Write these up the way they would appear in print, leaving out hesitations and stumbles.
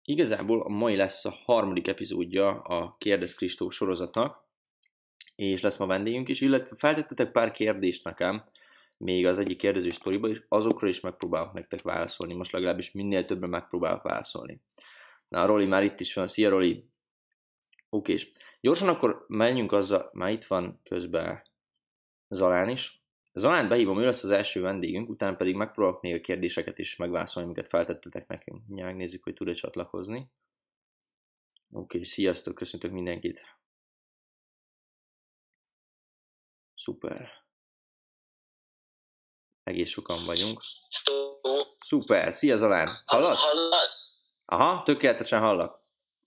Igazából a mai lesz a harmadik epizódja a Kérdezz Kristó sorozatnak, és lesz ma vendégünk is, illetve feltettetek pár kérdést nekem, még az egyik kérdező sztoriba, és azokra is megpróbálok nektek válaszolni. Most legalábbis minél többen megpróbálok válaszolni. Na, a Roli már itt is van. Szia, Roli! Okés. Gyorsan akkor menjünk azzal, már itt van közben Zalán is. Zalánt behívom, ő lesz az első vendégünk, utána pedig megpróbálok még a kérdéseket is megválaszolni, amiket feltettetek nekünk. Megnézzük, hogy tud-e csatlakozni. Oké, sziasztok, köszöntök mindenkit. Szuper. Egész sokan vagyunk. Szuper, szia Zalán. Hallasz? Hallasz? Aha, tökéletesen hallak.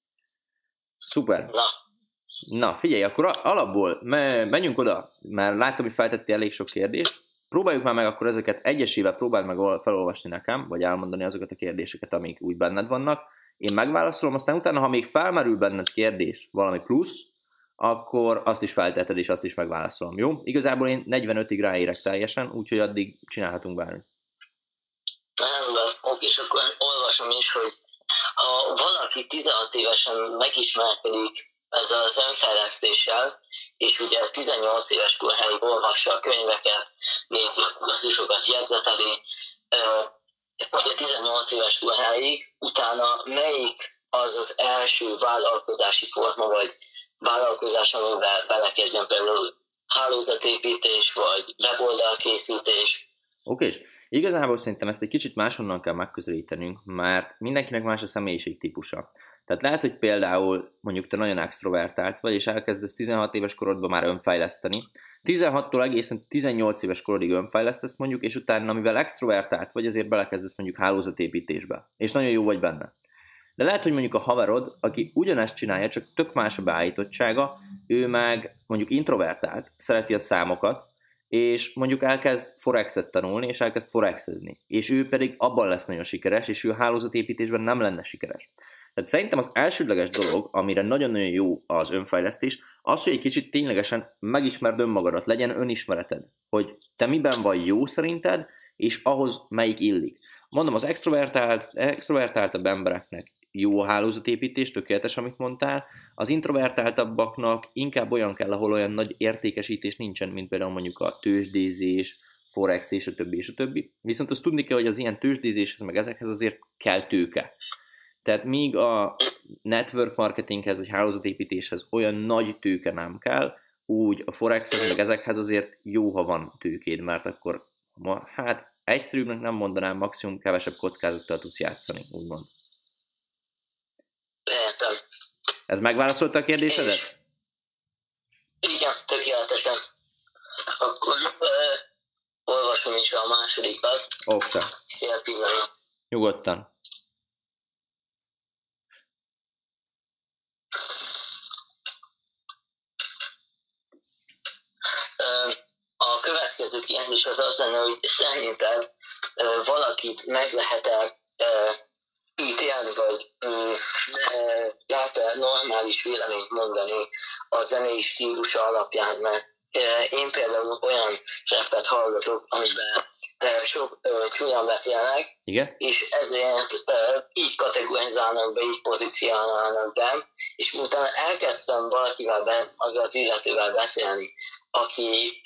Szuper. Na, figyelj, akkor alapból menjünk oda, mert láttam, hogy feltettél elég sok kérdést. Próbáljuk már meg akkor ezeket egyesével, próbáld meg felolvasni nekem, vagy elmondani azokat a kérdéseket, amik úgy benned vannak. Én megválaszolom, aztán utána, ha még felmerül benned kérdés, valami plusz, akkor azt is feltetted, és azt is megválaszolom, jó? Igazából én 45-ig ráérek teljesen, úgyhogy addig csinálhatunk bármit. Rendben, oké, és akkor olvasom is, hogy ha valaki 16 évesen megismerkedik ezzel az önfejlesztéssel, és ugye 18 éves korháig olvassa a könyveket, nézi a kurzusokat, jegyzeteli, ugye 18 éves korháig, utána melyik az az első vállalkozási forma, vagy vállalkozás, amivel belekezdjen, például hálózatépítés, vagy weboldalkészítés. Oké, és igazából szerintem ezt egy kicsit máshonnan kell megközelítenünk, mert mindenkinek más a személyiségtípusa. Tehát lehet, hogy például mondjuk te nagyon extrovertált vagy, és elkezdesz 16 éves korodban már önfejleszteni. 16-tól egészen 18 éves korodig önfejlesztesz mondjuk, és utána, mivel extrovertált vagy, ezért belekezdesz mondjuk hálózatépítésbe. És nagyon jó vagy benne. De lehet, hogy mondjuk a haverod, aki ugyanezt csinálja, csak tök más a beállítottsága, ő meg mondjuk introvertált, szereti a számokat, és mondjuk elkezd forexet tanulni, és elkezd forexezni. És ő pedig abban lesz nagyon sikeres, és ő a hálózatépítésben nem lenne sikeres. Tehát szerintem az elsődleges dolog, amire nagyon-nagyon jó az önfejlesztés, az, hogy egy kicsit ténylegesen megismerd önmagadat, legyen önismereted, hogy te miben vagy jó szerinted, és ahhoz melyik illik. Mondom, az extrovertáltabb embereknek jó a hálózatépítés, tökéletes, amit mondtál, az introvertáltabbaknak inkább olyan kell, ahol olyan nagy értékesítés nincsen, mint például mondjuk a tőzsdézés, forex és a többi és a többi. Viszont azt tudni kell, hogy az ilyen tőzsdézéshez, meg ezekhez azért kell tőke. Tehát míg a network marketinghez, vagy hálózatépítéshez olyan nagy tőke nem kell, úgy a forexhez, meg ezekhez azért jó, ha van tőkéd, mert akkor hát egyszerűbbnek nem mondanám, maximum kevesebb kockázattal tudsz játszani, úgymond. Értem. Ez megválaszolta a kérdésedet? Igen, tökéletesen. Akkor olvasom is a másodikat. Oké. Fél pillanat. Nyugodtan. A következő kérdés az lenne, hogy szerinted valakit meg lehet-e ítélni, vagy lehet-e normális véleményt mondani a zenei stílusa alapján, mert én például olyan rappet hallgatok, amiben sok csúnyan beszélnek, igen? És ezért így kategorizálnak be, így pozícionálnak be, és utána elkezdtem valakivel azzal az illetővel beszélni, aki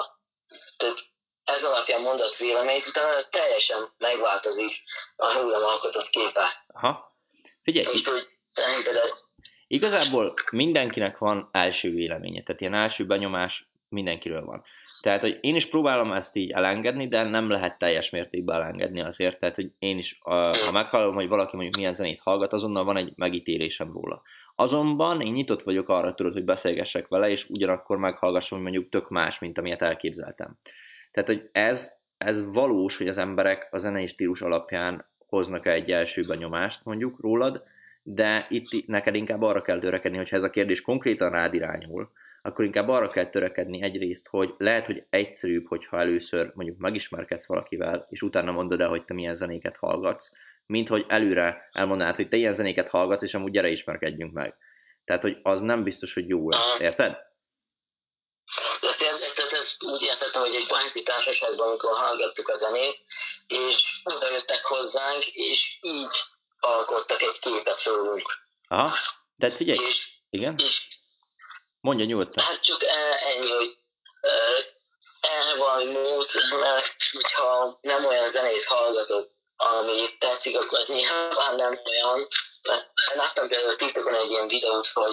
ez alapján mondott véleményt, utána teljesen megváltozik a rólam alkotott képe. Aha. Figyelj! És hogy szerinted ez... Igazából mindenkinek van első véleménye, tehát ilyen első benyomás mindenkiről van. Tehát, hogy én is próbálom ezt így elengedni, de nem lehet teljes mértékben elengedni azért, tehát, hogy én is, ha meghallom, hogy valaki mondjuk milyen zenét hallgat, azonnal van egy megítélésem róla. Azonban én nyitott vagyok arra, tudod, hogy beszélgessek vele, és ugyanakkor meghallgassam, hogy mondjuk tök más, mint amilyet elképzeltem. Tehát, hogy ez valós, hogy az emberek a zenei stílus alapján hoznak egy első benyomást mondjuk rólad, de itt neked inkább arra kell törekedni, hogyha ez a kérdés konkrétan rád irányul, akkor inkább arra kell törekedni egyrészt, hogy lehet, hogy egyszerűbb, hogyha először mondjuk megismerkedsz valakivel, és utána mondod el, hogy te milyen zenéket hallgatsz, mint hogy előre elmondanád, hogy te ilyen zenéket hallgatsz, és amúgy gyere ismerkedjünk meg. Tehát, hogy az nem biztos, hogy jó lesz. Érted? Tehát ezt úgy értettem, hogy egy baráti társaságban, amikor hallgattuk a zenét, és oda jöttek hozzánk, és így alkottak egy képet rólunk. Aha, tehát figyelj, igen? Mondja nyugodtan. Hát csak ennyi, hogy erre valami módszer, mert hogyha nem olyan zenét hallgatok, ami tetszik, akkor az nyilván nem olyan. Mert láttam például TikTokon egy ilyen videót, hogy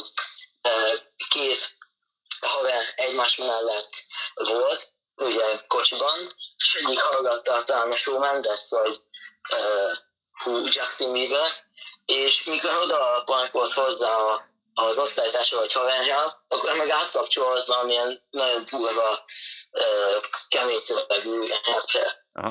két haver egymás mellett volt, ugye kocsiban, és egyik hallgatta talán a Shawn Mendes, vagy Justin Bieber, és mikor oda parkolt hozzá az osztálytársa vagy haverja, akkor meg átkapcsolt valamilyen nagyon durva, kemény szövegű repre. Aha.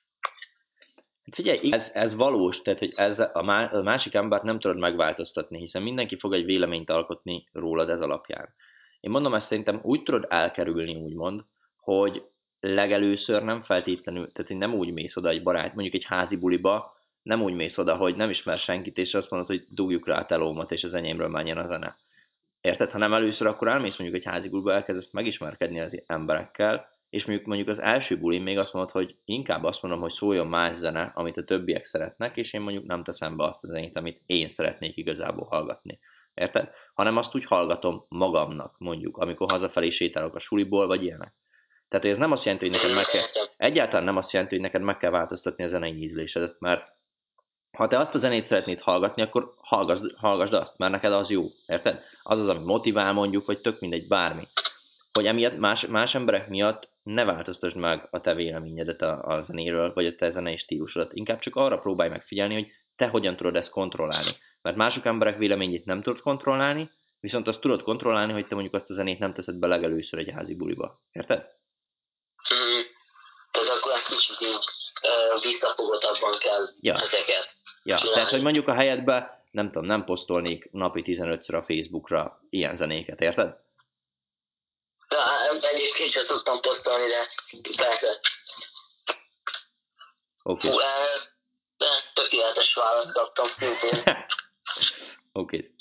Figyelj, ez valós, tehát hogy ez a másik embert nem tudod megváltoztatni, hiszen mindenki fog egy véleményt alkotni rólad ez alapján. Én mondom, ezt szerintem úgy tudod elkerülni, úgymond, hogy legelőször nem feltétlenül, tehát hogy nem úgy mész oda egy barát, mondjuk egy házi buliba, nem úgy mész oda, hogy nem ismer senkit, és azt mondod, hogy dugjuk rá a telómat, és az enyémről menjen a zene. Érted? Ha nem először, akkor elmész mondjuk egy házi buliba, elkezdesz megismerkedni az emberekkel, és mondjuk az első bulin még azt mondod, hogy inkább azt mondom, hogy szóljon más zene, amit a többiek szeretnek, és én mondjuk nem teszem be azt a zenét, amit én szeretnék igazából hallgatni. Érted? Hanem azt úgy hallgatom magamnak, mondjuk, amikor hazafelé sétálok a suliból, vagy ilyenek. Tehát, hogy ez nem azt jelenti, hogy neked egyáltalán nem azt jelenti, hogy neked meg kell változtatni a zenei ízlésedet, mert ha te azt a zenét szeretnéd hallgatni, akkor hallgasd azt, mert neked az jó, érted? Az az, ami motivál mondjuk, vagy tök mindegy, bármi. Hogy emiatt más emberek miatt ne változtasd meg a te véleményedet a zenéről, vagy a te zenei stílusodat. Inkább csak arra próbálj megfigyelni, hogy te hogyan tudod ezt kontrollálni. Mert mások emberek véleményét nem tudod kontrollálni, viszont azt tudod kontrollálni, hogy te mondjuk azt a zenét nem teszed be legelőször egy házi buliba. Érted? Tehát akkor ezt kicsit így visszafogottabban kell ezeket. Ja, tehát hogy mondjuk a helyedben, nem tudom, nem posztolnék napi 15-ször a Facebookra ilyen zenéket, érted? Ja, egyébként sem szoktam posztolni, de persze. Oké. Tökéletes választ kaptam szintén. Oké.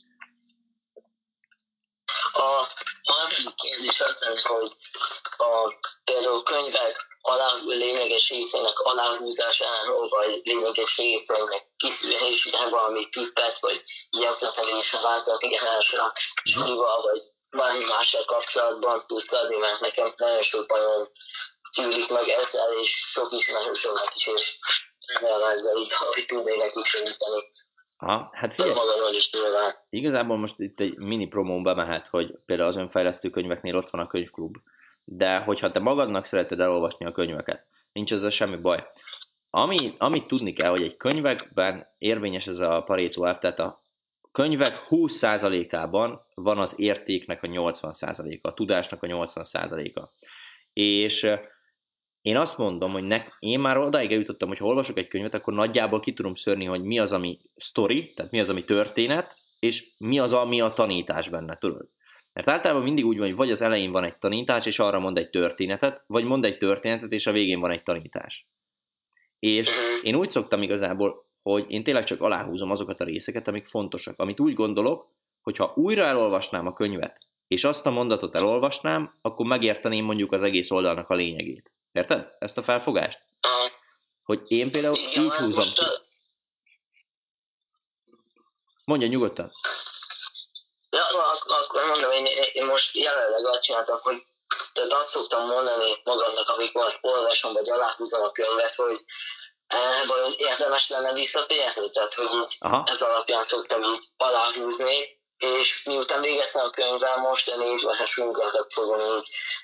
A második kérdés azt lenne, hogy például könyvek lényeges részének aláhúzásáról, vagy lényeges részének kiszűrésére valami tippet, vagy jegyzetelésre, változatírásra, sulival, vagy bármi mással kapcsolatban tudsz adni, mert nekem nagyon sok bajom tűlik meg ezzel, és sok ismerősömnek is, és remélem ezzel így, hogy tudnék nekik segíteni. Hát figyelj, igazából most itt egy mini promón bemehet, hogy például az önfejlesztő könyveknél ott van a könyvklub, de hogyha te magadnak szereted elolvasni a könyveket, nincs ezzel semmi baj. Amit tudni kell, hogy egy könyvekben érvényes ez a Pareto elv, tehát a könyvek 20%-ában van az értéknek a 80%-a, a tudásnak a 80%-a. És én azt mondom, hogy én már odáig eljutottam, hogy ha olvasok egy könyvet, akkor nagyjából ki tudom szűrni, hogy mi az, ami sztori, tehát mi az, ami történet, és mi az, ami a tanítás benne, tudod? Mert általában mindig úgy van, hogy vagy az elején van egy tanítás, és arra mond egy történetet, vagy mond egy történetet, és a végén van egy tanítás. És én úgy szoktam igazából, hogy én tényleg csak aláhúzom azokat a részeket, amik fontosak. Amit úgy gondolok, hogy ha újra elolvasnám a könyvet, és azt a mondatot elolvasnám, akkor megérteném mondjuk az egész oldalnak a lényegét. Érted? Ezt a felfogást? Hogy én például így húzom ki. Mondja nyugodtan. Ja, akkor mondom, én most jelenleg azt csináltam, hogy tehát azt szoktam mondani magamnak, amikor olvasom, vagy aláhúzom a könyvet, hogy vajon érdemes lenne visszatérni, tehát hogy így ez alapján szoktam így aláhúzni, és miután végeztem a könyvvel, most a 4 éves munkákat fogom így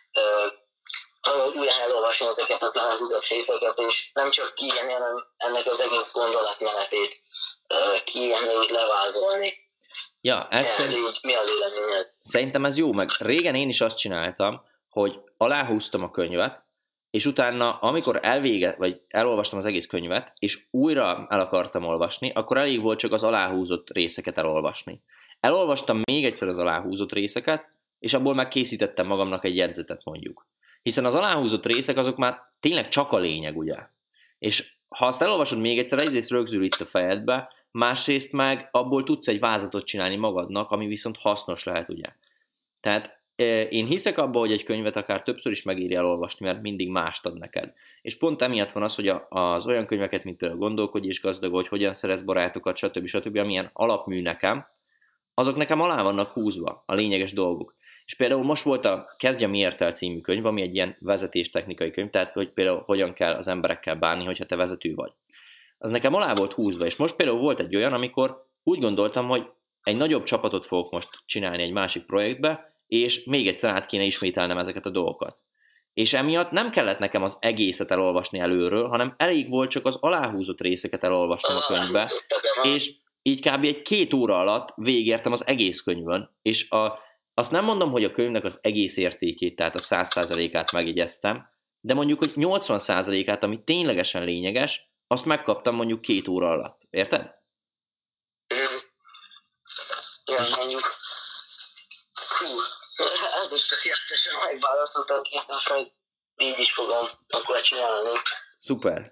újra elolvasni ezeket az elhúzott részeket, és nem csak kiírni, hanem ennek az egész gondolatmenetét kiírni, levázolni. Ja, mi a véleményed? Szerintem ez jó, meg régen én is azt csináltam, hogy aláhúztam a könyvet, és utána, amikor vagy elolvastam az egész könyvet, és újra el akartam olvasni, akkor elég volt csak az aláhúzott részeket elolvasni. Elolvastam még egyszer az aláhúzott részeket, és abból meg készítettem magamnak egy jegyzetet mondjuk. Hiszen az aláhúzott részek azok már tényleg csak a lényeg, ugye? És ha azt elolvasod még egyszer, egyrészt rögzül itt a fejedbe, másrészt meg abból tudsz egy vázatot csinálni magadnak, ami viszont hasznos lehet, ugye? Tehát én hiszek abba, hogy egy könyvet akár többször is megírja elolvasni, mert mindig mást ad neked. És pont emiatt van az, hogy az olyan könyveket, mint például Gondolkodj és gazdagodj, hogyan szerez barátokat, stb., amilyen alapmű nekem, azok nekem alá vannak húzva, a lényeges dolgok. És például most volt a Kezdje miért el című könyv, ami egy ilyen vezetéstechnikai könyv, tehát hogy például hogyan kell az emberekkel bánni, hogyha te vezető vagy. Az nekem alá volt húzva, és most például volt egy olyan, amikor úgy gondoltam, hogy egy nagyobb csapatot fogok most csinálni egy másik projektbe, és még egyszer át kéne ismételnem ezeket a dolgokat. És emiatt nem kellett nekem az egészet elolvasni előről, hanem elég volt csak az aláhúzott részeket elolvasnom a könyvbe, és így kb. Egy 2 óra alatt végértem az egész könyvön, és azt nem mondom, hogy a könyvnek az egész értékét, tehát a 100%-át megjegyeztem, de mondjuk, hogy 80%-át, ami ténylegesen lényeges, azt megkaptam mondjuk 2 óra alatt. Érted? Ja, mondjuk. Hú, ez is tökéletesen megválaszolt a kérdés, hogy így is fogom akkor csinálni. Szuper.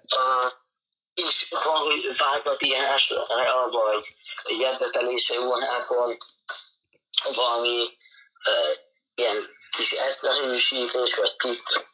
És van, hogy vázlatírásra, vagy jegyzetelése órákon valami ilyen kis egyszerűsítés, vagy tipp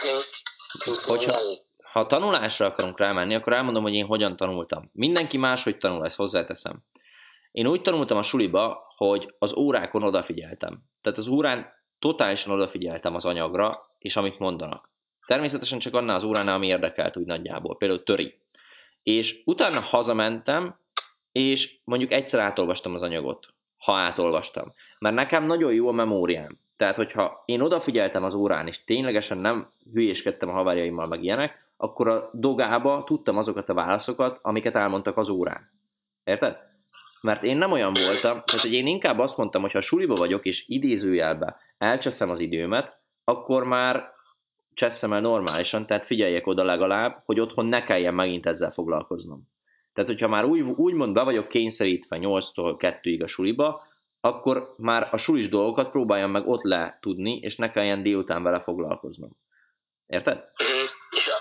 találni. Ha tanulásra akarunk rámenni, akkor elmondom, hogy én hogyan tanultam. Mindenki máshogy tanul, ezt hozzáteszem. Én úgy tanultam a suliba, hogy az órákon odafigyeltem. Tehát az órán totálisan odafigyeltem az anyagra, és amit mondanak. Természetesen csak annál az óránál, ami érdekelt úgy nagyjából, például töri. És utána hazamentem, és mondjuk egyszer átolvastam az anyagot, ha átolvastam. Mert nekem nagyon jó a memóriám. Tehát, hogyha én odafigyeltem az órán, és ténylegesen nem hülyéskedtem a haverjaimmal meg ilyenek, akkor a dogába tudtam azokat a válaszokat, amiket elmondtak az órán. Érted? Mert én nem olyan voltam, tehát hogy én inkább azt mondtam, hogy ha suliba vagyok, és idézőjelbe elcseszem az időmet, akkor már cseszem el normálisan, tehát figyeljek oda legalább, hogy otthon ne kelljen megint ezzel foglalkoznom. Tehát, hogyha már úgymond be vagyok kényszerítve 8-tól 2-ig a suliba, akkor már a sulis dolgokat próbáljam meg ott letudni, és ne kelljen délután vele foglalkoznom. Érted? És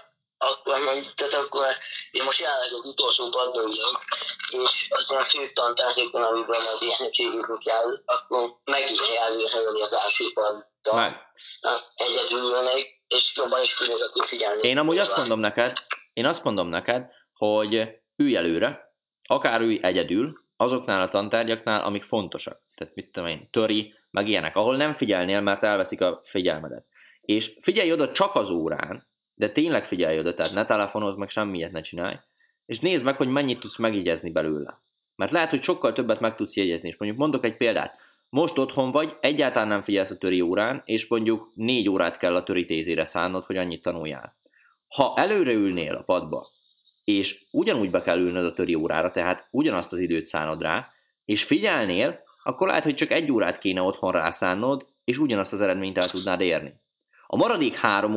akkor én most jelenleg az utolsó padban ülök, és az ilyen fő tantárgyakon, amiben az ilyenek cégezni kell, akkor megint előhelni az első padban. Egyedül ülnék, és jobban is tudnék akkor figyelni. Én amúgy azt mondom neked, hogy ülj előre, akár ülj egyedül, azoknál a tantárgyaknál, amik fontosak. Tehát mit tudom én, töri, meg ilyenek, ahol nem figyelnél, mert elveszik a figyelmedet. És figyelj oda csak az órán, de tényleg figyelj oda, tehát ne telefonozz, meg semmilyet ne csinálj, és nézd meg, hogy mennyit tudsz megjegyezni belőle. Mert lehet, hogy sokkal többet meg tudsz jegyezni, és mondjuk mondok egy példát. Most otthon vagy, egyáltalán nem figyelsz a töri órán, és mondjuk 4 órát kell a töri tézére szánnod, hogy annyit tanuljál. Ha előre ülnél a padba, és ugyanúgy be kell ülnöd a töri órára, tehát ugyanazt az időt szánod rá, és figyelnél, akkor lehet, hogy csak 1 órát kéne otthon rászánnod, és ugyanazt az eredményt el tudnád érni. A maradék 3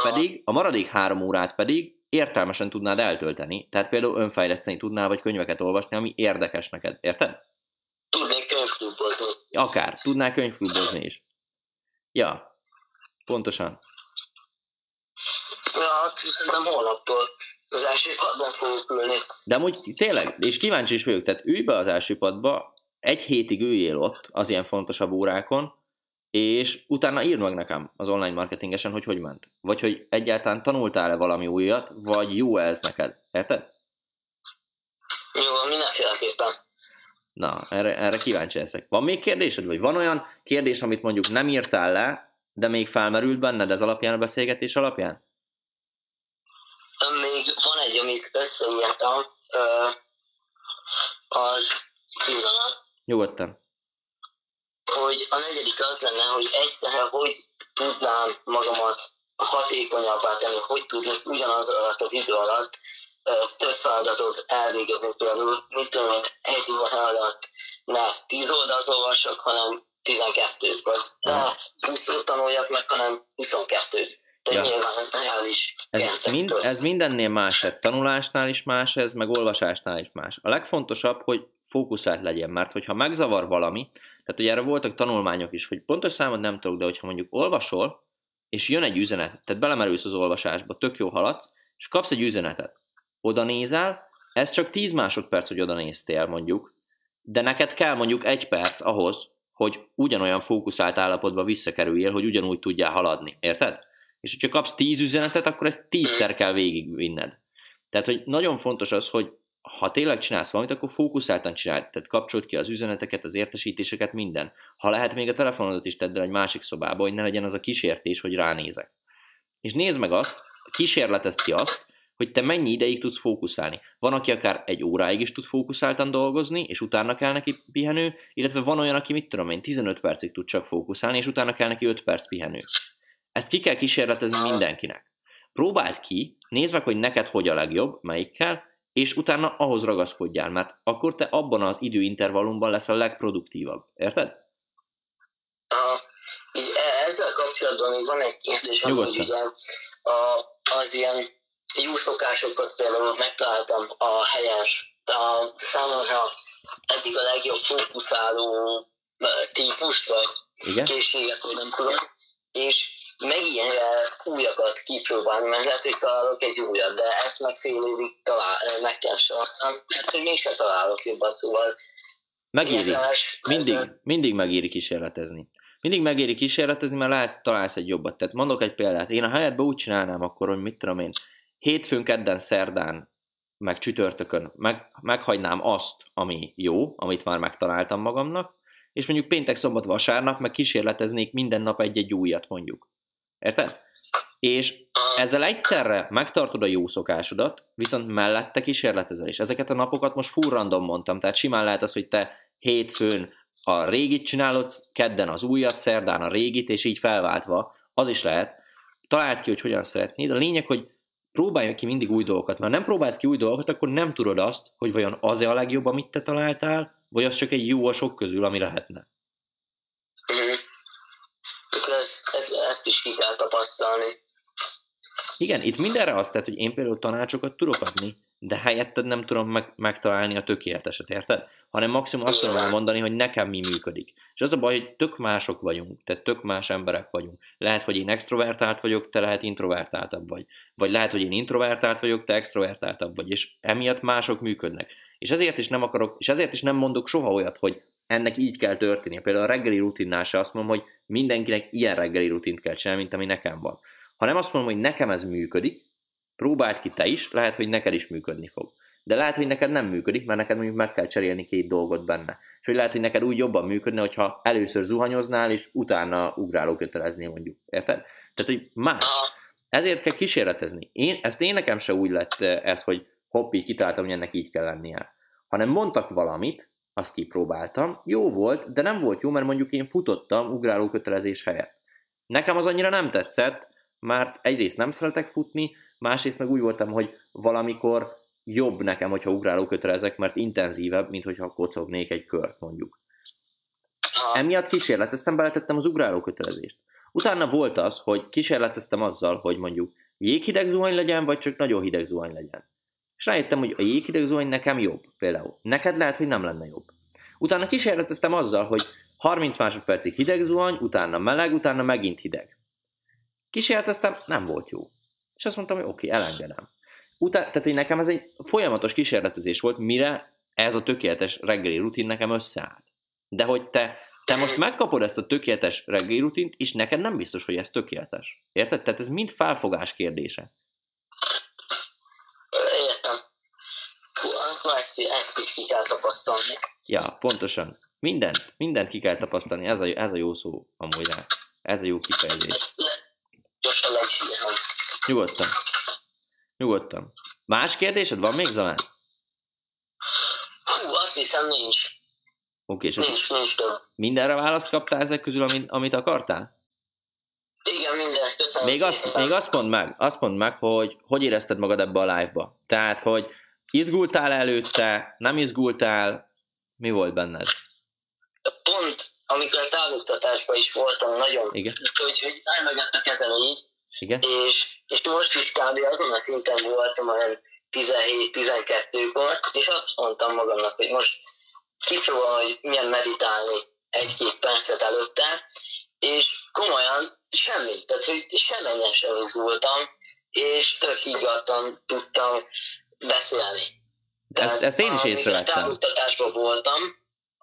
órát pedig értelmesen tudnád eltölteni, tehát például önfejleszteni tudnál, vagy könyveket olvasni, ami érdekes neked, érted? Tudnék könyvklubozni. Akár, tudnál könyvklubozni is. Ja, pontosan. Ja, szerintem holnaptól az első padban fogok ülni. De amúgy tényleg, és kíváncsi is vagyok, tehát ülj be az első padba, 1 hétig üljél ott az ilyen fontosabb órákon, és utána írd meg nekem az online marketingesen, hogy ment. Vagy hogy egyáltalán tanultál-e valami újat, vagy jó ez neked. Érted? Jó, mindenféleképpen. Na, erre kíváncsi leszek. Van még kérdésed? Vagy van olyan kérdés, amit mondjuk nem írtál le, de még felmerült benned ez alapján, a beszélgetés alapján? Még van egy, amit összeírtam, az pillanat. Nyugodtan. Hogy a negyedik az lenne, hogy egyszerre hogy tudnám magamat hatékonyabbá tenni, hogy tudnék ugyanaz alatt az idő alatt több feladatot elvégezni, például, mit tudom én, 1 óra alatt ne 10 oldalt olvasok, hanem 12-t, vagy ne 20 tanuljak meg, hanem 22-t. De nyilván reális. Ez mindennél más, tehát tanulásnál is más ez, meg olvasásnál is más. A legfontosabb, hogy fókuszált legyen, mert hogyha megzavar valami, tehát ugye erre voltak tanulmányok is, hogy pontos számot nem tudok, de hogyha mondjuk olvasol, és jön egy üzenet, tehát belemerülsz az olvasásba, tök jó haladsz, és kapsz egy üzenetet, oda nézel, ez csak 10 másodperc, hogy oda néztél mondjuk, de neked kell mondjuk 1 perc ahhoz, hogy ugyanolyan fókuszált állapotba visszakerüljél, hogy ugyanúgy tudjál haladni. Érted? És hogyha kapsz 10 üzenetet, akkor ezt 10-szer kell végigvinned. Tehát, hogy nagyon fontos az, hogy ha tényleg csinálsz valamit, akkor fókuszáltan csinálj. Tehát kapcsold ki az üzeneteket, az értesítéseket, minden. Ha lehet, még a telefonodat is tedd el egy másik szobába, hogy ne legyen az a kísértés, hogy ránézek. És nézd meg azt, kísérletezd ki azt, hogy te mennyi ideig tudsz fókuszálni. Van, aki akár 1 óráig is tud fókuszáltan dolgozni, és utána kell neki pihenő, illetve van olyan, aki 15 percig tud csak fókuszálni, és utána kell neki 5 perc pihenő. Ezt ki kell kísérletezni mindenkinek. Próbáld ki, nézd meg, hogy neked hogy a legjobb, melyikkel, és utána ahhoz ragaszkodjál, mert akkor te abban az időintervallumban lesz a legproduktívabb. Érted? Ezzel kapcsolatban még van egy kérdés, hogy ugye az ilyen jó szokásokat például megtaláltam a helyes, számomra eddig a legjobb fókuszáló típust, vagy készséget, vagy nem tudom, és megint újakat kipróbálni, mert lehet, hogy találok egy újat, de ezt meg fél évig meg kell sorolni, mert hogy mégse találok jobban, szóval megéri. Mindig megéri kísérletezni. Mindig megéri kísérletezni, mert találsz egy jobbat. Tehát mondok egy példát. Én a helyetben úgy csinálnám akkor, hogy mit tudom én, hétfőn, kedden, szerdán, meg csütörtökön meghagynám azt, ami jó, amit már megtaláltam magamnak, és mondjuk péntek, szombat, vasárnap meg kísérleteznék minden nap egy-egy újat mondjuk. Érted? És ezzel egyszerre megtartod a jó szokásodat, viszont mellette kísérletezel. És ezeket a napokat most full random mondtam, tehát simán lehet az, hogy te hétfőn a régit csinálod, kedden az újat, szerdán a régit, és így felváltva, az is lehet. Találd ki, hogy hogyan szeretnéd. A lényeg, hogy próbálj ki mindig új dolgokat. Mert nem próbálsz ki új dolgokat, akkor nem tudod azt, hogy vajon az-e a legjobb, amit te találtál, vagy az csak egy jó a sok közül, ami lehetne. Ezt is ki kell tapasztalni. Igen, itt mindenre azt, tehát, hogy én például tanácsokat tudok adni, de helyetted nem tudom megtalálni a tökéleteset, érted? Hanem maximum azt tudom elmondani, hogy nekem mi működik. És az a baj, hogy tök mások vagyunk, tehát tök más emberek vagyunk. Lehet, hogy én extrovertált vagyok, te lehet introvertáltabb vagy. Vagy lehet, hogy én introvertált vagyok, te extrovertáltabb vagy. És emiatt mások működnek. És ezért is nem akarok, és ezért is nem mondok soha olyat, hogy ennek így kell történnie. Például a reggeli rutinnál se azt mondom, hogy mindenkinek ilyen reggeli rutint kell csinálni, mint ami nekem van. Hanem azt mondom, hogy nekem ez működik, próbáld ki te is, lehet, hogy neked is működni fog. De lehet, hogy neked nem működik, mert neked mondjuk meg kell cserélni 2 dolgot benne. És hogy lehet, hogy neked úgy jobban működne, hogyha először zuhanyoznál, és utána ugrálóköteleznél mondjuk. Érted? Tehát, hogy más. Ezért kell kísérletezni. Én nekem se úgy lett ez, hogy hopp, így kitaláltam, hogy ennek így kell lennie. Hanem mondtak valamit, azt kipróbáltam, jó volt, de nem volt jó, mert mondjuk én futottam ugrálókötelezés helyett. Nekem az annyira nem tetszett, mert egyrészt nem szeretek futni, másrészt meg úgy voltam, hogy valamikor jobb nekem, hogyha ugrálókötelezek, mert intenzívebb, mint hogyha kocognék egy kört, mondjuk. Emiatt kísérleteztem, beletettem az ugrálókötelezést. Utána volt az, hogy kísérleteztem azzal, hogy mondjuk jéghideg zuhany legyen, vagy csak nagyon hideg zuhany legyen. És rájöttem, hogy a jéghideg zuhany nekem jobb, például. Neked lehet, hogy nem lenne jobb. Utána kísérleteztem azzal, hogy 30 másodpercig hideg zuhany, utána meleg, utána megint hideg. Kísérleteztem, nem volt jó. És azt mondtam, hogy oké, elengedem. Tehát, hogy nekem ez egy folyamatos kísérletezés volt, mire ez a tökéletes reggeli rutin nekem összeállt. De hogy te most megkapod ezt a tökéletes reggeli rutint, és neked nem biztos, hogy ez tökéletes. Érted? Tehát ez mind felfogás kérdése. Értem. Ezt is ki kell tapasztalni. Ja, pontosan. Mindent ki kell tapasztalni. Ez a jó szó amúgy rá. Ez a jó kifejezés. Gyorsan legsírnom. Nyugodtan. Más kérdésed van még, Zalán? Azt hiszem nincs. Oké, és nincs több. Mindenre választ kaptál ezek közül, amit akartál? Igen, minden. Köszönöm még azt mondd meg, hogy érezted magad ebbe a live-ba. Tehát, hogy izgultál előtte, nem izgultál, mi volt benned? Pont, amikor a távoktatásban is voltam nagyon, hogy elmegettek ezen így, igen? És most is kb. Azon a szinten voltam, olyan 17-12-kor, és azt mondtam magamnak, hogy most kipróbálom, hogy milyen meditálni 1-2 percet előtte, és komolyan semmi, tehát hogy semmenyen sem izgultam, és tök higgadtan tudtam beszélni. Ezt én is észrevettem. Amikor a távoktatásban voltam,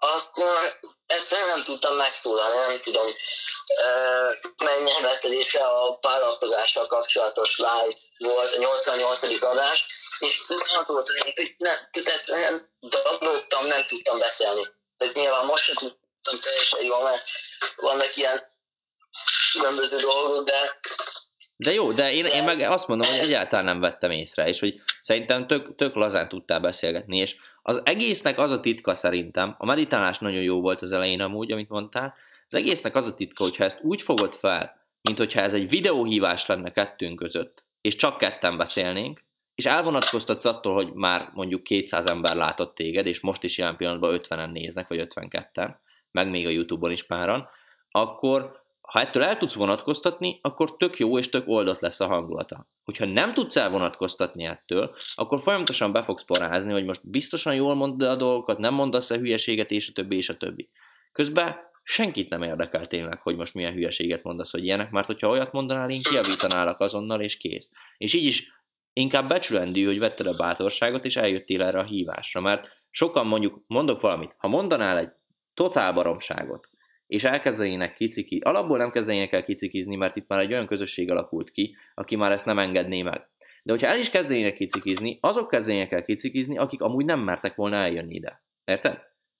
akkor egyszerűen nem tudtam megszólalni, nem tudom, mennyire vetted észre a vállalkozással kapcsolatos live volt, a 88. adás, és az volt, hogy egyszerűen dablogtam, nem tudtam beszélni. Tehát nyilván most sem tudtam teljesen jól, mert vannak ilyen különböző dolgok, De jó, de én meg azt mondom, hogy egyáltalán nem vettem észre, és hogy szerintem tök lazán tudtál beszélgetni, és az egésznek az a titka szerintem, a meditálás nagyon jó volt az elején amúgy, amit mondtál, az egésznek az a titka, hogyha ezt úgy fogod fel, mint hogyha ez egy videóhívás lenne kettőnk között, és csak ketten beszélnénk, és elvonatkoztatsz attól, hogy már mondjuk 200 ember látott téged, és most is jelen pillanatban 50-en néznek, vagy 52-en, meg még a YouTube-on is páran, akkor ha ettől el tudsz vonatkoztatni, akkor tök jó és tök oldott lesz a hangulata. Hogyha nem tudsz elvonatkoztatni ettől, akkor folyamatosan be fogsz parázni, hogy most biztosan jól mondod a dolgokat, nem mondasz-e hülyeséget, és a többi, és a többi. Közben senkit nem érdekel tényleg, hogy most milyen hülyeséget mondasz, hogy ilyenek, mert hogyha olyat mondanál, én kijavítanálak azonnal, és kész. És így is inkább becsülendő, hogy vetted a bátorságot, és eljöttél erre a hívásra, mert sokan mondok valamit, ha mondanál egy totál baromságot, és elkezdenének kicikizni, alapból nem kezdenének el kicikizni, mert itt már egy olyan közösség alakult ki, aki már ezt nem engedné meg. De hogyha el is kezdenének kicikizni, azok kezdenének el kicikizni, akik amúgy nem mertek volna eljönni ide. Érted?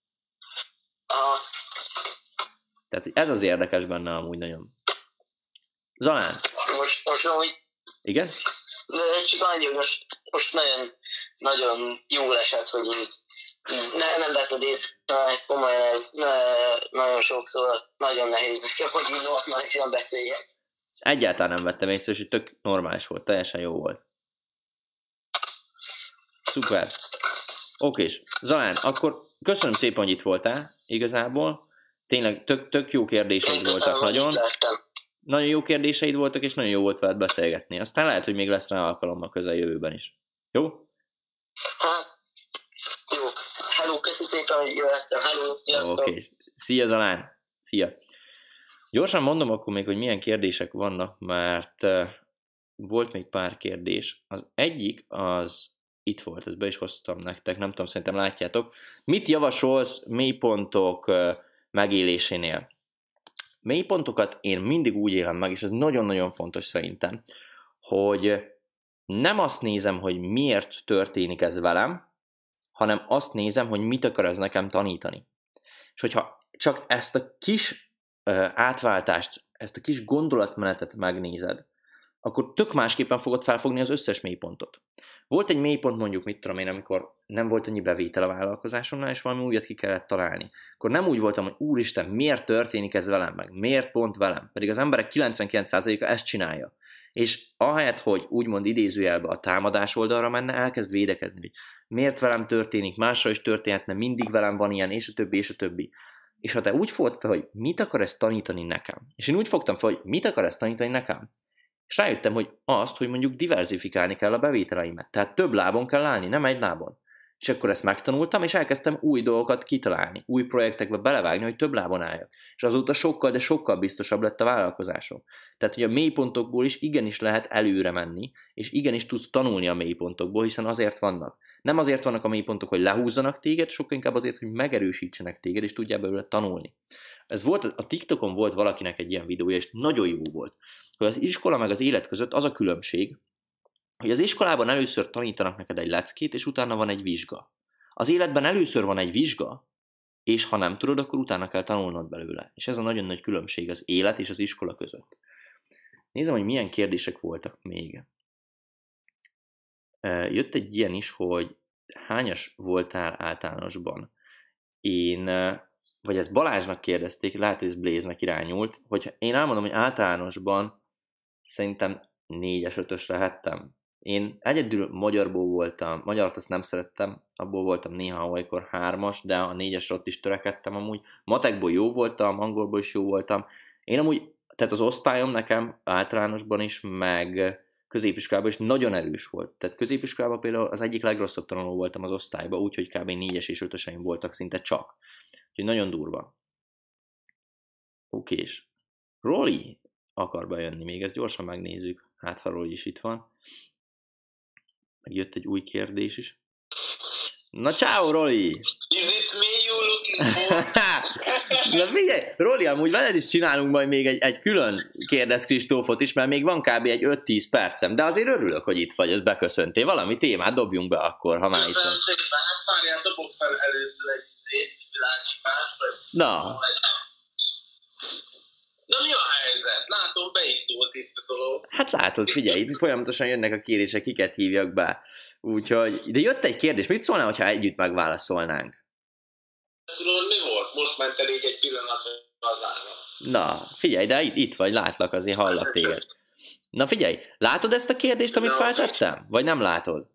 Tehát ez az érdekes benne amúgy nagyon. Zalán. Most amúgy... Igen? De csak annyi, hogy most nagyon, nagyon jól esett, hogy nem vetted észre, komolyan ez nagyon sokszor nagyon nehéz nekem, hogy így normálisan beszéljek. Egyáltalán nem vettem észre, és tök normális volt, teljesen jó volt. Szuper. Okés. Zalán, akkor köszönöm szépen, hogy itt voltál, igazából. Tényleg tök jó kérdéseid voltak nagyon. Nagyon jó kérdéseid voltak, és nagyon jó volt veled beszélgetni. Aztán lehet, hogy még lesz rá alkalom a közeljövőben is. Jó? Hát, jó. Hello, köszi szépen, hogy jöttem. Hello, sziasztok. Oké. Szia, Zalán. Szia. Gyorsan mondom akkor még, hogy milyen kérdések vannak, mert volt még pár kérdés. Az egyik, az itt volt, ezt be is hoztam nektek, nem tudom, szerintem látjátok. Mit javasolsz mélypontok megélésénél? Mélypontokat én mindig úgy élem meg, és ez nagyon-nagyon fontos szerintem, hogy nem azt nézem, hogy miért történik ez velem, hanem azt nézem, hogy mit akar ez nekem tanítani. És hogyha csak ezt a kis átváltást, ezt a kis gondolatmenetet megnézed, akkor tök másképpen fogod felfogni az összes mélypontot. Volt egy mélypont, mondjuk, mit tudom én, amikor nem volt annyi bevétel a vállalkozásomnál, és valami újat ki kellett találni. Akkor nem úgy voltam, hogy úristen, miért történik ez velem meg? Miért pont velem? Pedig az emberek 99%-a ezt csinálja. És ahelyett, hogy úgymond idézőjelbe a támadás oldalra menne, elkezd védekezni, hogy miért velem történik, másra is történhetne, mindig velem van ilyen, és a többi, és a többi. És ha te úgy fogod fel, hogy mit akar ezt tanítani nekem, és én úgy fogtam fel, hogy mit akar ezt tanítani nekem, és rájöttem, hogy azt, hogy mondjuk diverzifikálni kell a bevételeimet. Tehát több lábon kell állni, nem egy lábon. És akkor ezt megtanultam, és elkezdtem új dolgokat kitalálni, új projektekbe belevágni, hogy több lábon álljak. És azóta sokkal, de sokkal biztosabb lett a vállalkozásom. Tehát, hogy a mélypontokból is igenis lehet előre menni, és igenis tudsz tanulni a mélypontokból, hiszen azért vannak. Nem azért vannak a mélypontok, hogy lehúzzanak téged, sokkal inkább azért, hogy megerősítsenek téged, és tudjál belőle tanulni. Ez volt, a TikTokon volt valakinek egy ilyen videója, és nagyon jó volt, hogy az iskola meg az élet között az a különbség, hogy az iskolában először tanítanak neked egy leckét, és utána van egy vizsga. Az életben először van egy vizsga, és ha nem tudod, akkor utána kell tanulnod belőle. És ez a nagyon nagy különbség az élet és az iskola között. Nézem, hogy milyen kérdések voltak még. Jött egy ilyen is, hogy hányas voltál általánosban? Vagy ezt Balázsnak kérdezték, lehet, hogy ez Blaze-nek irányult, hogy én elmondom, hogy általánosban szerintem 4-es, 5-ös lehettem. Én egyedül magyarból voltam, magyart azt nem szerettem, abból voltam néha olykor 3-as, de a 4-esre ott is törekedtem amúgy. Matekból jó voltam, angolból is jó voltam. Én amúgy, tehát az osztályom nekem általánosban is, meg középiskolában is nagyon erős volt. Tehát középiskolában például az egyik legrosszabb tanuló voltam az osztályban, úgyhogy kb. 4-es és 5-öseim voltak szinte csak. Úgyhogy nagyon durva. Okés. Roli akar bejönni még, ezt gyorsan megnézzük. Hát, ha Roli is itt van. Megjött egy új kérdés is. Na, ciao, Roli! Is it me you looking for? Na figyelj, Roli, amúgy veled is csinálunk majd még egy külön Kérdezz Kristófot is, mert még van kb. Egy 5-10 percem, de azért örülök, hogy itt vagy, hogy beköszöntél. Valami témát dobjunk be akkor, ha már itt van. Köszönöm szépen, hát várjál, dobok fel először egy világítást, vagy... Na. Na mi a helyzet? Látom, beindult itt a dolog. Hát látod, figyelj, itt folyamatosan jönnek a kérések, kiket hívjak be. Úgyhogy, de jött egy kérdés, mit szólnál, ha együtt megválaszolnánk? Tudod, mi volt? Most ment elég egy pillanatra az ára. Na, figyelj, de itt vagy, látlak, azért hallak téged. Na figyelj, látod ezt a kérdést, amit feltettem? Vagy nem látod?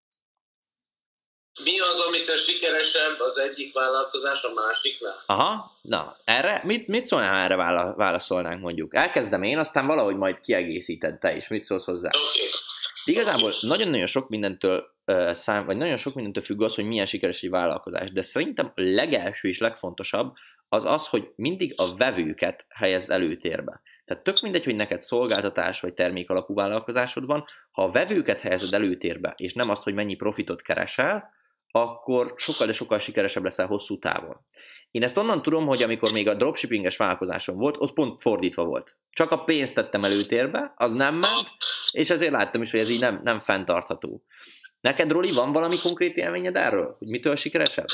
Mi az, amitől sikeresebb az egyik vállalkozás a másiknál? Aha, na, erre, mit szólnál, ha erre válaszolnánk mondjuk? Elkezdem én, aztán valahogy majd kiegészíted te is, mit szólsz hozzá? Okay. Igazából nagyon-nagyon sok mindentől vagy nagyon sok mindentől függ az, hogy milyen sikeres egy vállalkozás, de szerintem a legelső és legfontosabb az, hogy mindig a vevőket helyezd előtérbe. Tehát tök mindegy, hogy neked szolgáltatás vagy termék alapú vállalkozásod van, ha a vevőket helyezed előtérbe, és nem azt, hogy mennyi profitot keresel, akkor sokkal, de sokkal sikeresebb leszel hosszú távon. Én ezt onnan tudom, hogy amikor még a dropshippinges vállalkozásom volt, ott pont fordítva volt. Csak a pénzt tettem előtérbe, az nem ment, és ezért láttam is, hogy ez így nem fenntartható. Neked, Roli, van valami konkrét élményed erről? Hogy mitől sikeresebb?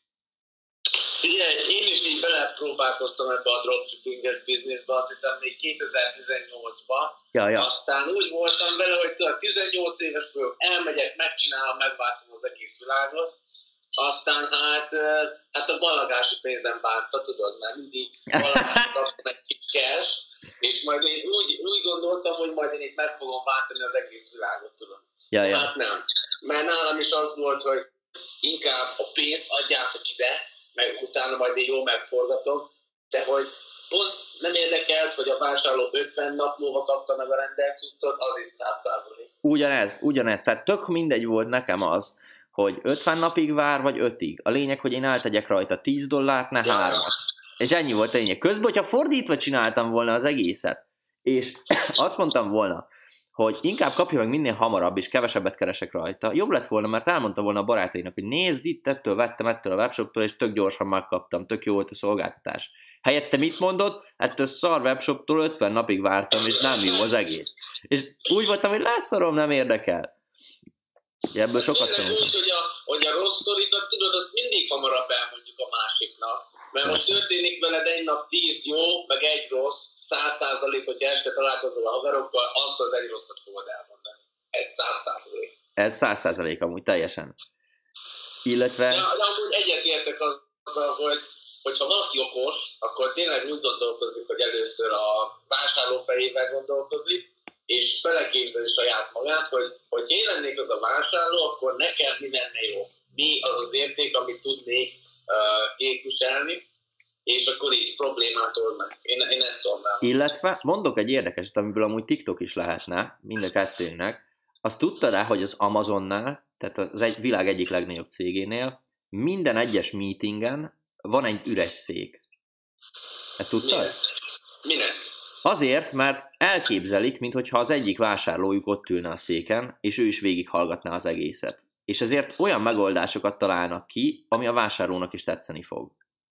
Figyelj, én is így belepróbálkoztam ebbe a dropshippinges bizniszbe, azt hiszem még 2018-ban. Ja. Aztán úgy voltam vele, hogy 18 éves vagyok, elmegyek, megcsinálom, megváltom az egész világot. Aztán hát a ballagási pénzem bánta, tudod, mert mindig ballagást kaptam egy kis cash, és majd én úgy gondoltam, hogy majd én itt meg fogom váltani az egész világot, tudod. Ja. Hát nem. Mert nálam is az volt, hogy inkább a pénzt adjátok ide, meg utána majd én jól megforgatom, de hogy pont nem érdekelt, hogy a vásárló 50 nap múlva kapta meg a rendelt cuccot, az is 100%. Ugyanez. Tehát tök mindegy volt nekem az, hogy 50 napig vár, vagy 5-ig. A lényeg, hogy én eltegyek rajta $10, ne 3-at. És ennyi volt a lényeg. Közben, hogyha fordítva csináltam volna az egészet, és azt mondtam volna, hogy inkább kapja meg minél hamarabb, és kevesebbet keresek rajta, jobb lett volna, mert elmondta volna a barátainak, hogy nézd itt, ettől vettem, ettől a webshoptól, és tök gyorsan megkaptam, tök jó volt a szolgáltatás. Helyette mit mondott? Ettől szar webshoptól 50 napig vártam, és nem jó az egész. És úgy voltam, hogy leszarom, nem érdekel. Ebből sokat tanultam. Úgy, hogy a rossz sztorikat, tudod, azt mindig hamarabb elmondjuk a másiknak. Mert most történik veled egy nap 10 jó, meg egy rossz, 100%, hogyha este találkozol a haverokkal, azt az egy rosszat fogod elmondani. Ez 100%. Ez 100% amúgy teljesen. Illetve... De amúgy egyetértek azzal, hogy ha valaki okos, akkor tényleg úgy gondolkozik, hogy először a vásárló fejével gondolkozik, és beleképzeli saját magát, hogy én lennék az a vásárló, akkor nekem mi lenne jó. Mi az az érték, amit tudnék képviselni, és akkor így problémát old meg. Én ezt tudom rá. Illetve mondok egy érdekeset, amiből amúgy TikTok is lehetne, mind a kettőnknek. Azt tudtad-e, hogy az Amazonnál, tehát az világ egyik legnagyobb cégénél, minden egyes meetingen van egy üres szék. Ezt tudtad? Minek? Azért, mert elképzelik, mintha az egyik vásárlójuk ott ülne a széken, és ő is végighallgatná az egészet. És ezért olyan megoldásokat találnak ki, ami a vásárlónak is tetszeni fog.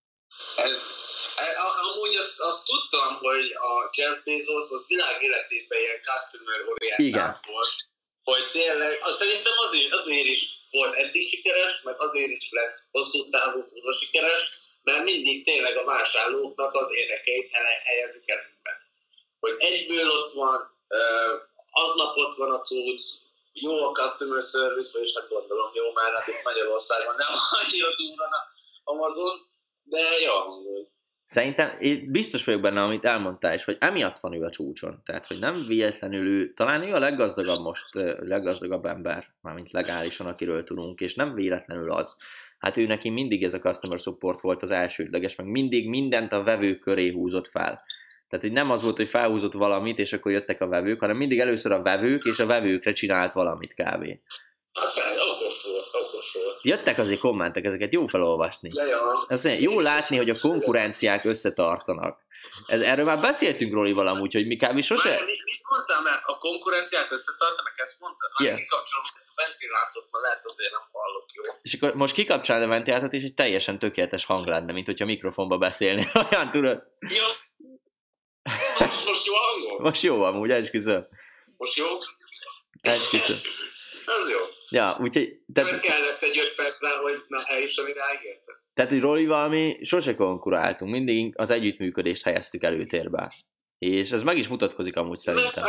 Amúgy azt tudtam, hogy a Jeff Bezos az világ életében ilyen customer-orientált volt. Hogy tényleg, szerintem azért is volt eddig sikeres, meg azért is lesz hosszú távú sikeres, mert mindig tényleg a vásárlóknak az érdekeit helyezik előben. Hogy egyből ott van, aznap ott van a cucc, jó a customer service, vagyis hát gondolom jó, már hát itt Magyarországon nem annyira durva Amazon, de jó. Szerintem, én biztos vagyok benne, amit elmondtál is, hogy emiatt van ő a csúcson. Tehát, hogy nem véletlenül ő, talán ő a leggazdagabb most, leggazdagabb ember, mármint legálisan, akiről tudunk, és nem véletlenül az. Hát ő neki mindig ez a customer support volt az elsődleges, meg mindig mindent a vevők köré húzott fel. Tehát, hogy nem az volt, hogy felhúzott valamit, és akkor jöttek a vevők, hanem mindig először a vevők, és a vevőkre csinált valamit kb. Hát okos volt. fontos volt. Jöttek azért kommentek, ezeket jó felolvasni. Ja. Azt mondja, jó látni, hogy a konkurenciák összetartanak. Erről már beszéltünk Rolival amúgy, hogy mi kb. Sose... Mit mondtál már? A konkurenciák összetartanak, ezt mondtad? Yeah. Kikapcsolom a ventilátort, mert lehet azért nem hallok jó. És akkor most kikapcsolod a ventilátort, és egy teljesen tökéletes hang lenne, mint hogyha mikrofonba beszélnél. Olyan tudod? Jó. Most jó hangom? Most jó amúgy, esküszöm. Most jó? Esküszöm. Ez jó. Ja, úgyhogy... Tehát kellett egy 5 perc rá, hogy eljussam idáig, érted? Tehát, hogy Rolival mi sose konkuráltunk, mindig az együttműködést helyeztük előtérbe. És ez meg is mutatkozik amúgy szerintem.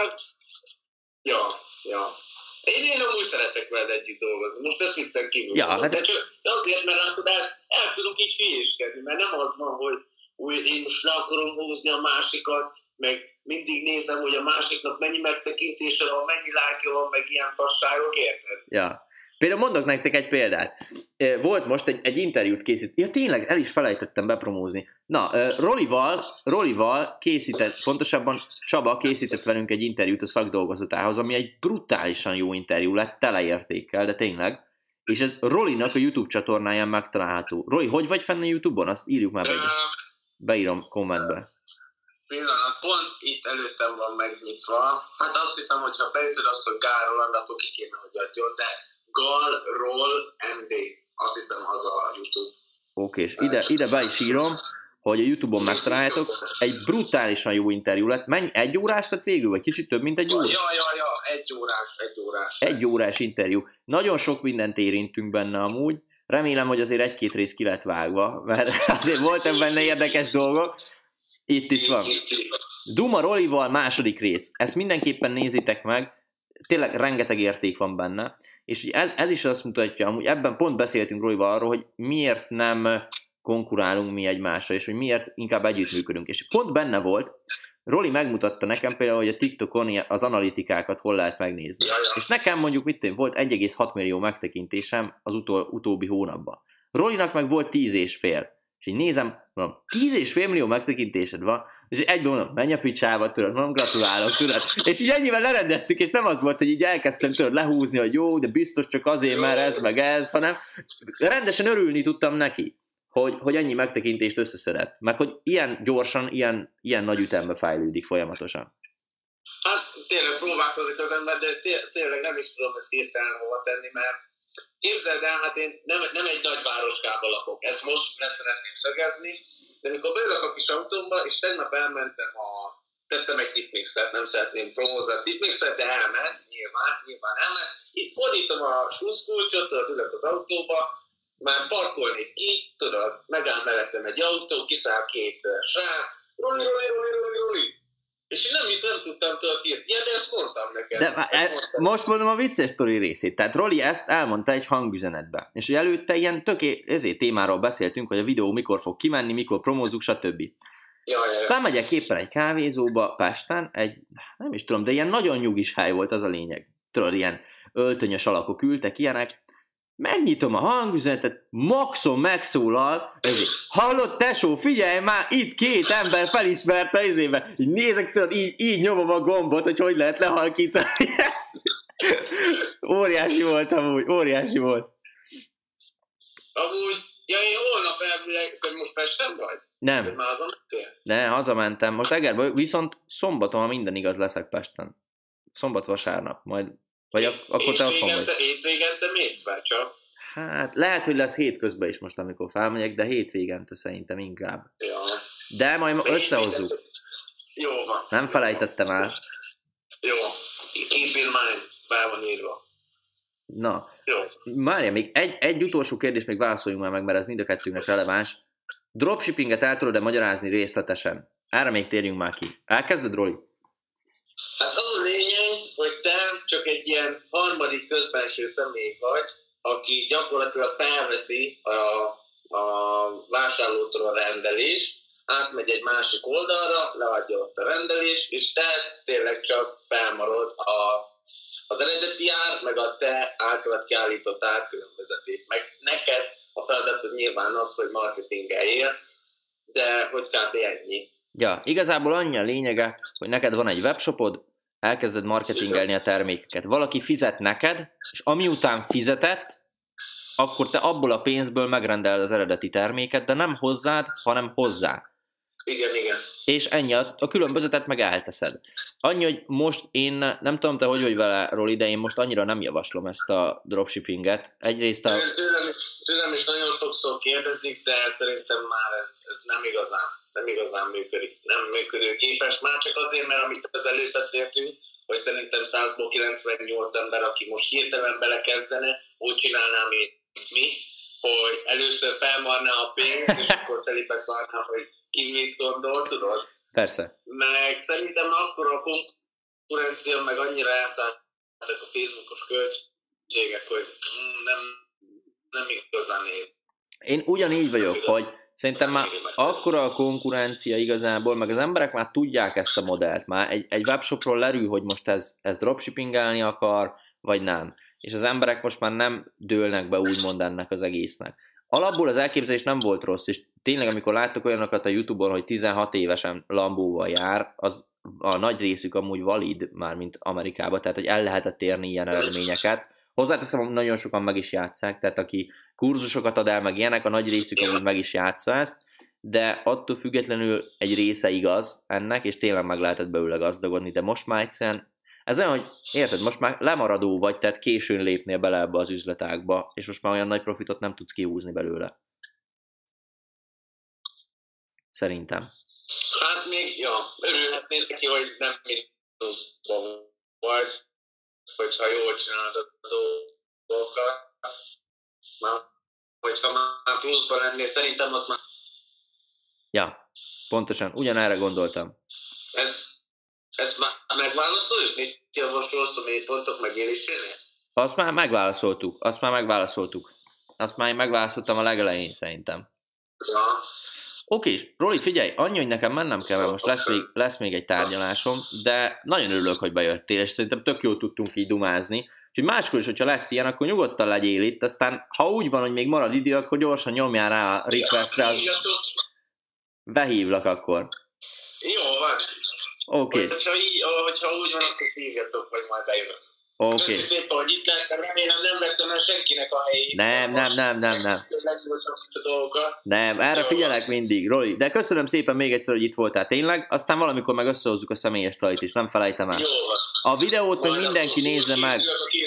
Ja. Én amúgy szeretek veled együtt dolgozni. Most ezt viccen kívül. Ja, hát... de azért, mert látod, el tudunk így hülyéskedni, mert nem az van, hogy én most le akarom húzni a másikat, meg mindig nézem, hogy a másiknak mennyi megtekintése van, mennyi lájkja van, meg ilyen fasságok, érted? Ja. Például mondok nektek egy példát. Volt most egy interjút készít. Ja, tényleg, el is felejtettem bepromózni. Na, Rolival készített, pontosabban Csaba készített velünk egy interjút a szakdolgozatához, ami egy brutálisan jó interjú lett, teleértékkel, de tényleg. És ez Rolinak a YouTube csatornáján megtalálható. Roli, hogy vagy fenn a YouTube-on? Azt írjuk már be. Beírom kommentbe. Pillanat, pont itt előttem van megnyitva. Hát azt hiszem, hogy ha beütöd azt, hogy Gál Roland, akkor ki kéne, hogy adjon, de Gal Roll MD, azt hiszem az a YouTube. Oké, és ide be is írom, hogy a YouTube-on megtaláljátok. Egy brutálisan jó interjú lett. Mennyi? 1 órás lett végül, vagy kicsit több, mint 1 óra? Ja, 1 órás. 1 órás interjú. Nagyon sok mindent érintünk benne amúgy. Remélem, hogy azért 1-2 rész ki lett vágva, mert azért voltak benne érdekes dolgok. Itt is van. Duma Rolival második rész. Ezt mindenképpen nézzétek meg. Tényleg rengeteg érték van benne. És ez is azt mutatja, amúgy ebben pont beszéltünk Rolival arról, hogy miért nem konkurálunk mi egymással, és hogy miért inkább együttműködünk. És pont benne volt, Roli megmutatta nekem például, hogy a TikTokon az analitikákat hol lehet megnézni. És nekem mondjuk volt 1,6 millió megtekintésem az utóbbi hónapban. Rolinak meg volt 10,5. És így nézem, mondom, 10,5 millió megtekintésed van, és egyből mondom, menj a picsába, tudod, mondom, gratulálok, tudod. És így ennyivel lerendeztük, és nem az volt, hogy így elkezdtem tudod lehúzni, hogy jó, de biztos csak azért, mert ez meg ez, hanem rendesen örülni tudtam neki, hogy ennyi megtekintést összeszedett. Meg hogy ilyen gyorsan, ilyen nagy ütembe fejlődik folyamatosan. Hát tényleg próbálkozik az ember, de tényleg nem is tudom ezt hirtelen hova tenni, mert képzeld el, hát én nem egy nagy városkába lakok, ezt most leszeretném szögezni, de amikor beülök a kis autómba, és tegnap elmentem tettem egy tipmixet, nem szeretném promózni a tipmixet, de elment, nyilván elment. Itt fordítom a sluszkulcsot, tudod, ülök az autóba, már parkolnék ki, tudod, megáll mellettem egy autó, kiszáll 2 srác, Roli. És én nem tudtam tudod hírni. Ja, de ezt mondtam neked. Most mondom a vicces sztori részét. Tehát Roli ezt elmondta egy hangüzenetbe. És hogy előtte ilyen ezért témáról beszéltünk, hogy a videó mikor fog kimenni, mikor promózzuk, stb. Ja. Bemegyek éppen egy kávézóba Pesten, nem is tudom, de ilyen nagyon nyugis hely volt, az a lényeg. Tudod, ilyen öltönyös alakok ültek, ilyenek. Megnyitom a hangüzenetet, maxon megszólal, ezért, hallod tesó, figyelj már, itt 2 ember felismerte az izébe. Így nézek, tudod, így nyomom a gombot, hogy lehet lehalkítani ezt. Óriási volt amúgy, óriási volt. Amúgy, én holnap elvileg, te most Pesten vagy? Nem. Már hazamentél? Ne, hazamentem. Most Egerbe, viszont szombaton, ha minden igaz, leszek Pesten. Szombat-vasárnap, majd vagy akkor te otthon vagy. Hétvégente mész fel csak? Hát lehet, hogy lesz hétközben is most, amikor felmegyek, de hétvégente szerintem inkább. Ja. De majd összehozzuk. Jó van. Nem felejtettem el. Jó. Keep in mind. Fel van írva. Na. Jó. Várja, még egy utolsó kérdés még válaszoljunk már meg, mert ez mind a kettőnknek releváns. Dropshippinget el tudod-e magyarázni részletesen? Erre még térjünk már ki. Elkezded, Roli? Hát az a lényeg, hogy te csak egy ilyen harmadik közbenső személy vagy, aki gyakorlatilag felveszi a vásárlótól a rendelést, átmegy egy másik oldalra, leadja ott a rendelést, és te tényleg csak felmarad az eredeti ár, meg a te általad kiállított árkülönbözetét. Meg neked a feladatod nyilván az, hogy marketingeljél, de hogy kb. Ennyi. Ja, igazából annyi a lényege, hogy neked van egy webshopod, elkezded marketingelni a termékeket. Valaki fizet neked, és ami után fizetett, akkor te abból a pénzből megrendeled az eredeti terméket, de nem hozzád, hanem hozzá. Igen. És ennyi, a különbözetet meg elteszed. Annyi, hogy most én nem tudom, te hogy vagy vele, Roli, de én most annyira nem javaslom ezt a dropshippinget. Egyrészt Tőlem is nagyon sokszor kérdezik, de szerintem már ez nem igazán működik. Nem működőképes, már csak azért, mert amit az előbb beszéltünk, hogy szerintem 100-ból 98 ember, aki most hirtelen belekezdene, úgy csinálná, mint mi, hogy először felmarná a pénzt, és akkor telibe szarná, hogy ki mit gondol, tudod? Persze. Meg szerintem akkor a konkurencia, meg annyira elszálltak a Facebookos költségek, hogy nem igazán ér. Én ugyanígy vagyok, hogy szerintem már akkora a konkurencia igazából, meg az emberek már tudják ezt a modellt. Már egy webshopról lerül, hogy most ez dropshippingelni akar, vagy nem. És az emberek most már nem dőlnek be úgymond ennek az egésznek. Alapból az elképzelés nem volt rossz, és tényleg amikor láttak olyanokat a YouTube-on, hogy 16 évesen Lambóval jár, az a nagy részük amúgy valid már, mint Amerikában, tehát hogy el lehetett érni ilyen eredményeket. Hozzáteszem, hogy nagyon sokan meg is játsszák, tehát aki kurzusokat ad el, meg ilyenek, a nagy részük amúgy meg is játsza ezt, de attól függetlenül egy része igaz ennek, és tényleg meg lehetett belőle gazdagodni, de most már egyszerűen ez olyan, hogy érted, most már lemaradó vagy, tehát későn lépnél bele ebbe az üzletágba, és most már olyan nagy profitot nem tudsz kihúzni belőle. Szerintem. Hát még, örülhetnél neki, hogy nem mínuszban vagy, hogyha jól csinálod a dolgokat. Hogyha már pluszban lennél, szerintem az már... Ja, pontosan, ugyanerre gondoltam. Ezt már megválaszoljuk? Mit javasolsz a mélypontok megélésénél? Azt már megválaszoltuk. Azt már én megválaszoltam a legelején szerintem. Ja. Oké, Roli, figyelj, annyi, hogy nekem mennem kell, mert most lesz még egy tárgyalásom, de nagyon örülök, hogy bejöttél, és szerintem tök jól tudtunk így dumázni. Úgyhogy máskor is, hogyha lesz ilyen, akkor nyugodtan legyél itt, aztán ha úgy van, hogy még marad idő, akkor gyorsan nyomjál rá a requestre, behívlak akkor. Jó, van. Oké. Hogyha úgy van, akkor hívjatok, vagy majd bejövök. Oké. Köszönöm szépen, hogy itt lettem, remélem nem vettem el senkinek a helyét. Nem, erre figyelek mindig, Roli. De köszönöm szépen még egyszer, hogy itt voltál tényleg, aztán valamikor meg összehozzuk a személyes talit is, nem felejtem el. Jó van. A videót meg mindenki nézze meg.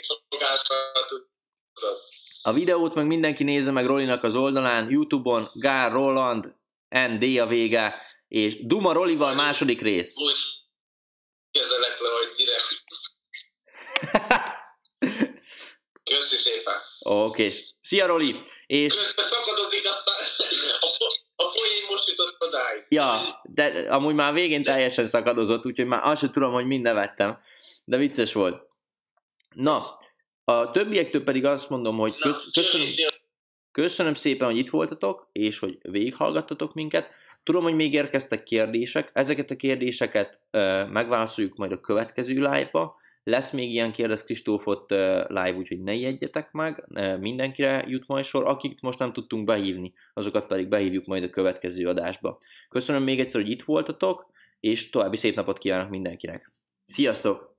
A videót meg mindenki nézze meg Rolinak az oldalán, YouTube-on, Gár Roland, ND a vége, és Duma Rolival második rész. Úgy kezelek le, hogy direkt. Köszi szépen. Oké. Szia, Roli! És... Közben szakadozik, aztán a poén most jutott odáig. Ja, de amúgy már végén teljesen szakadozott, úgyhogy már azt sem tudom, hogy mind nevettem. De vicces volt. Na, a többiektől pedig azt mondom, hogy köszönöm szépen, hogy itt voltatok, és hogy végighallgattatok minket. Tudom, hogy még érkeztek kérdések. Ezeket a kérdéseket megválaszoljuk majd a következő live-ba. Lesz még ilyen Kérdez Kristófot live, úgyhogy ne ijedjetek meg, mindenkire jut majd sor, akik most nem tudtunk behívni, azokat pedig behívjuk majd a következő adásba. Köszönöm még egyszer, hogy itt voltatok, és további szép napot kívánok mindenkinek. Sziasztok!